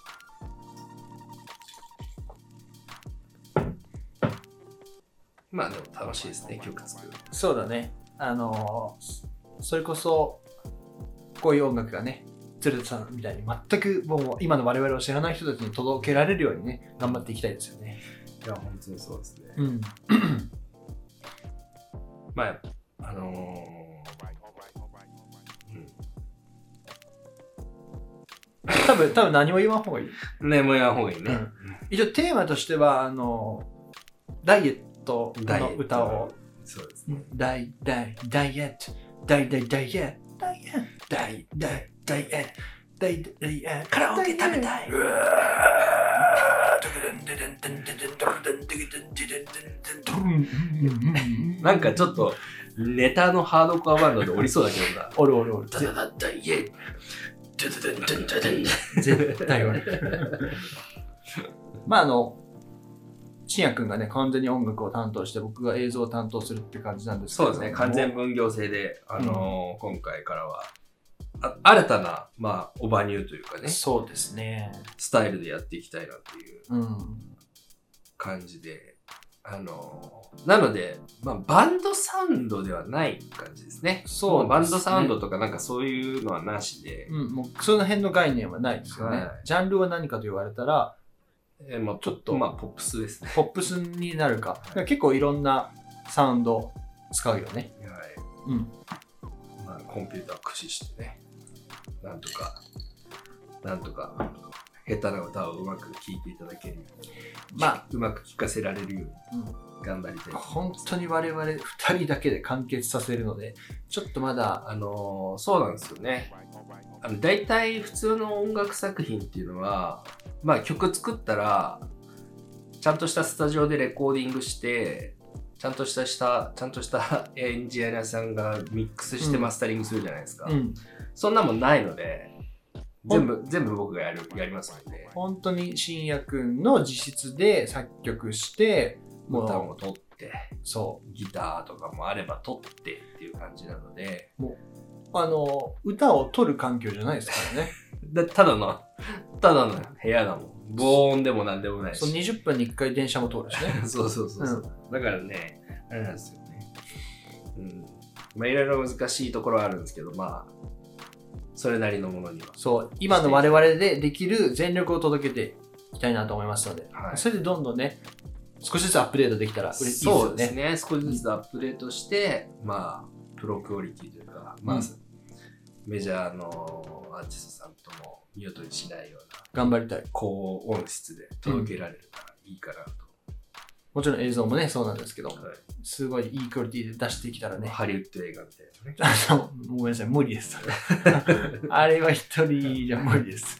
まあでも楽しいですね、曲作る。 そうだね。あのー、それこそこういう音楽がね、鶴田さんみたいに全くもう今の我々を知らない人たちに届けられるようにね、頑張っていきたいですよね。 いや、本当にそうですね。 うん。 まあ、あのー、 うん、多分、多分何も言わん方がいい。 ね、もう言わん方がいいね。うん、 一応テーマとしては、あのー、ダイエットの歌を、 そうですね。 ダイ、ダイ、ダイエット、ダイダイダイエット、ダイエット、ダイ、ダイ、ダイエット、ダイ、ダイエット、カラオケ食べたい。 なんかちょっとネタのハードコアバンドでおりそうだけどな。 おるおるおる。 ダダダダイエ絶対おる。まああの、しんやくんがね、完全に音楽を担当して、僕が映像を担当するって感じなんですけど。 そうですね、完全分業制で、あのーうん、今回からはあ新たな、まあ、オバニューというかね、 そうですね、 スタイルでやっていきたいなっていう感じで、うん、あのー、なので、まあ、バンドサウンドではない感じですね。そうですね、バンドサウンドとかなんかそういうのはなしで、 うん、もうその辺の概念はないですよね。はい、ジャンルは何かと言われたら、 えーまあ、ちょっと、まあ、ポップスですね。 ポップスになるか。はい、結構いろんなサウンド使うよね。 はい。 うん。 まあ、コンピューターを駆使してね、なんとか、なんとか、下手な歌をうまく聴いていただけるように、まあ、うまく聴かせられるように頑張りたい、うん。 本当に我々ふたりだけで完結させるので、ちょっとまだ、 あのー、そうなんですよね。あの大体普通の音楽作品っていうのは、まあ曲作ったらちゃんとしたスタジオでレコーディングしてちゃんとしたしたちゃんとしたエンジニアさんがミックスしてマスタリングするじゃないですか、 うん、 そんなもんないので全部全部僕がやるやりますので、 本当に信也くんの自室で作曲してボタンを取ってそうギターとかもあれば取ってっていう感じなので、 もうあの歌を取る環境じゃないですからねだただのただの部屋だもん、防音でもなんでもないし、 そうにじゅっぷんにいっかい電車も通るしねそうそうそうそう、うん、だからねあれなんですよね、うんまあいろいろ難しいところはあるんですけど、まあそれなりのものにはそう今の我々でできる全力を届けていきたいなと思いますので、はい、それでどんどんね少しずつアップデートできたら嬉しいですよね。 そうですね、少しずつアップデートしてまあプロクオリティというか、まあ、うん、メジャーのアーティストさんとも見劣りしないような頑張りたい高音質で届けられるからいいかなと、うん、 もちろん映像もねそうなんですけど、はい、すごいいいクオリティで出してきたらね、 ハリウッド映画みたいなねあのごめんなさい無理ですあれは一人じゃ無理です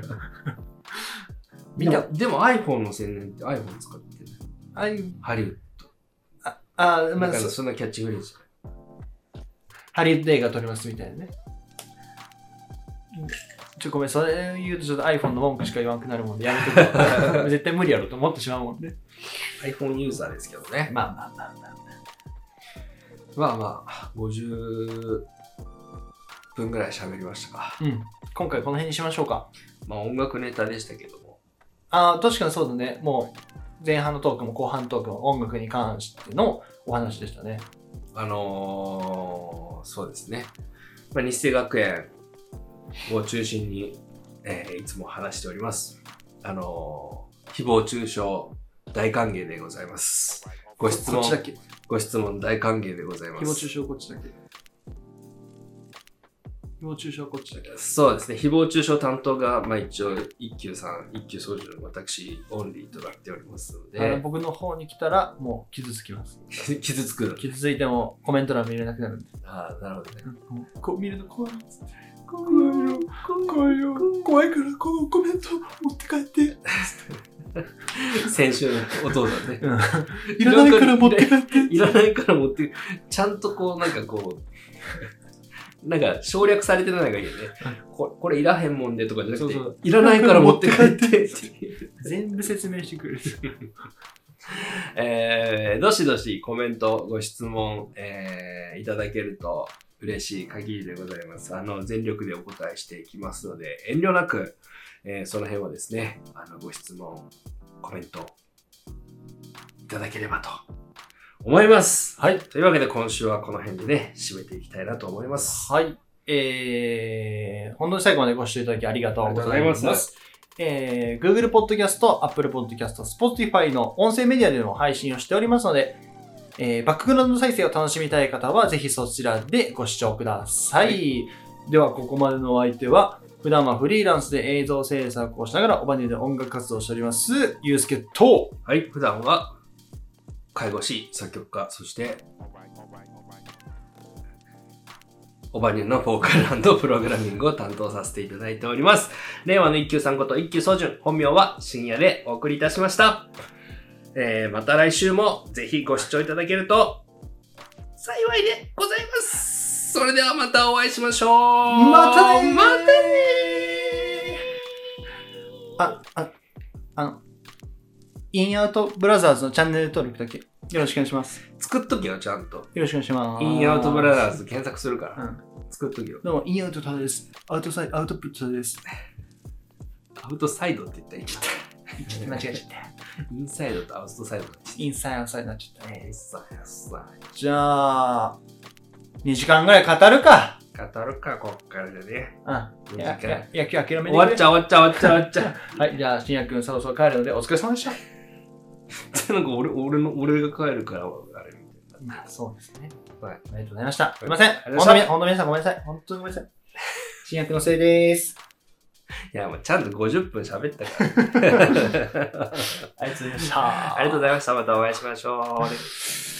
見たでも iPhone の宣伝って iPhone 使ってる、 あいハリウッドああまあそんなキャッチフレーズハリウッド映画撮りますみたいなね。ちょごめん、それ言うとちょっと iPhone の文句しか言わなくなるもんでやめとこう絶対無理やろと思ってしまうもんね。 iPhone ユーザーですけどね。 まあまあまあまあまあまあごじゅっぷんぐらい喋りましたか。 うん。今回この辺にしましょうか。 まあ音楽ネタでしたけども。 ああ、確かにそうだね。もう前半のトークも後半のトークも音楽に関してのお話でしたね。 あのー、そうですね。まあ、日生学園を中心に、えー、いつも話しております。あのー、誹謗中傷大歓迎でございます。ご質問、 こっちだけご質問大歓迎でございます。 誹謗中傷こっちだけ。誹謗中傷こっちだけ。 そうですね。誹謗中傷担当が、まあ一応、一休さん、一休総順、私、オンリーとなっておりますので。 あの僕の方に来たら、もう傷つきます。 傷つく傷ついてもコメント欄見れなくなるんで。 ああ、なるほどね。 うん、こう見るの怖いっつって。怖いよ、怖いよ、怖いからこのコメント持って帰って。 先週のお父さんね。 いらないから持って帰って。 いらないから持って、ちゃんとこう、なんかこう、なんか省略されてないがいいよね。これ、これいらへんもんでとかじゃなくて、そうそういらないから持って帰って全部説明してくれる。 えー、どしどしコメント、ご質問、えー、いただけると嬉しい限りでございます。あの、全力でお答えしていきますので、遠慮なく、えー、その辺はですね、あの、ご質問、コメント、いただければと思います。 はい。 というわけで今週はこの辺でね、締めていきたいなと思います。 はい。えー、本当に最後までご視聴いただきありがとうございます。ますえー、Google Podcast、Apple Podcast、Spotify の音声メディアでの配信をしておりますので、えー、バックグラウンド再生を楽しみたい方はぜひそちらでご視聴ください。はい、では、ここまでのお相手は、普段はフリーランスで映像制作をしながらオバニューで音楽活動をしております、ゆうすけと、 はい、普段は介護士、作曲家、そしてオバニューのボーカル&プログラミングを担当させていただいております。令和の一休さんこと一休宗純、本名は深夜でお送りいたしました。えー、また来週もぜひご視聴いただけると幸いでございます。それではまたお会いしましょう。 またねー。 またねー。あ、あ、あの、インアウトブラザーズのチャンネル登録だけよろしくお願いします。 作っときよ、ちゃんと。よろしくお願いします。 インアウトブラザーズ検索するから。うん。作っときよ。 どうも、インアウトタです。アウトサイド、アウトプットです。 アウトサイドって言ったらいいんだ。間違えちゃった。 インサイドとアウトサイド。 インサイド、アウトサイドになっちゃったね。 インサイド、アウトサイド。 じゃあ、にじかんぐらい語るか。 語るか、こっからでね。 うん。にじかん。いや、野球諦めて。 終わっちゃう、終わっちゃう、終わっちゃう、終わっちゃう。 はい、じゃあ、しんやくんそろそろ帰るので、お疲れ様でした。 なんか俺、俺の、俺が帰るから、あれみたいな。 まあ、そうですね。 はい。 ありがとうございました。すいません。本当に、本当皆さんごめんなさい。本当にごめんなさい。しんやくんのせいでーす。 いや、もうちゃんとごじゅっぷん喋ったから。 ありがとうございました。 ありがとうございました。またお会いしましょう。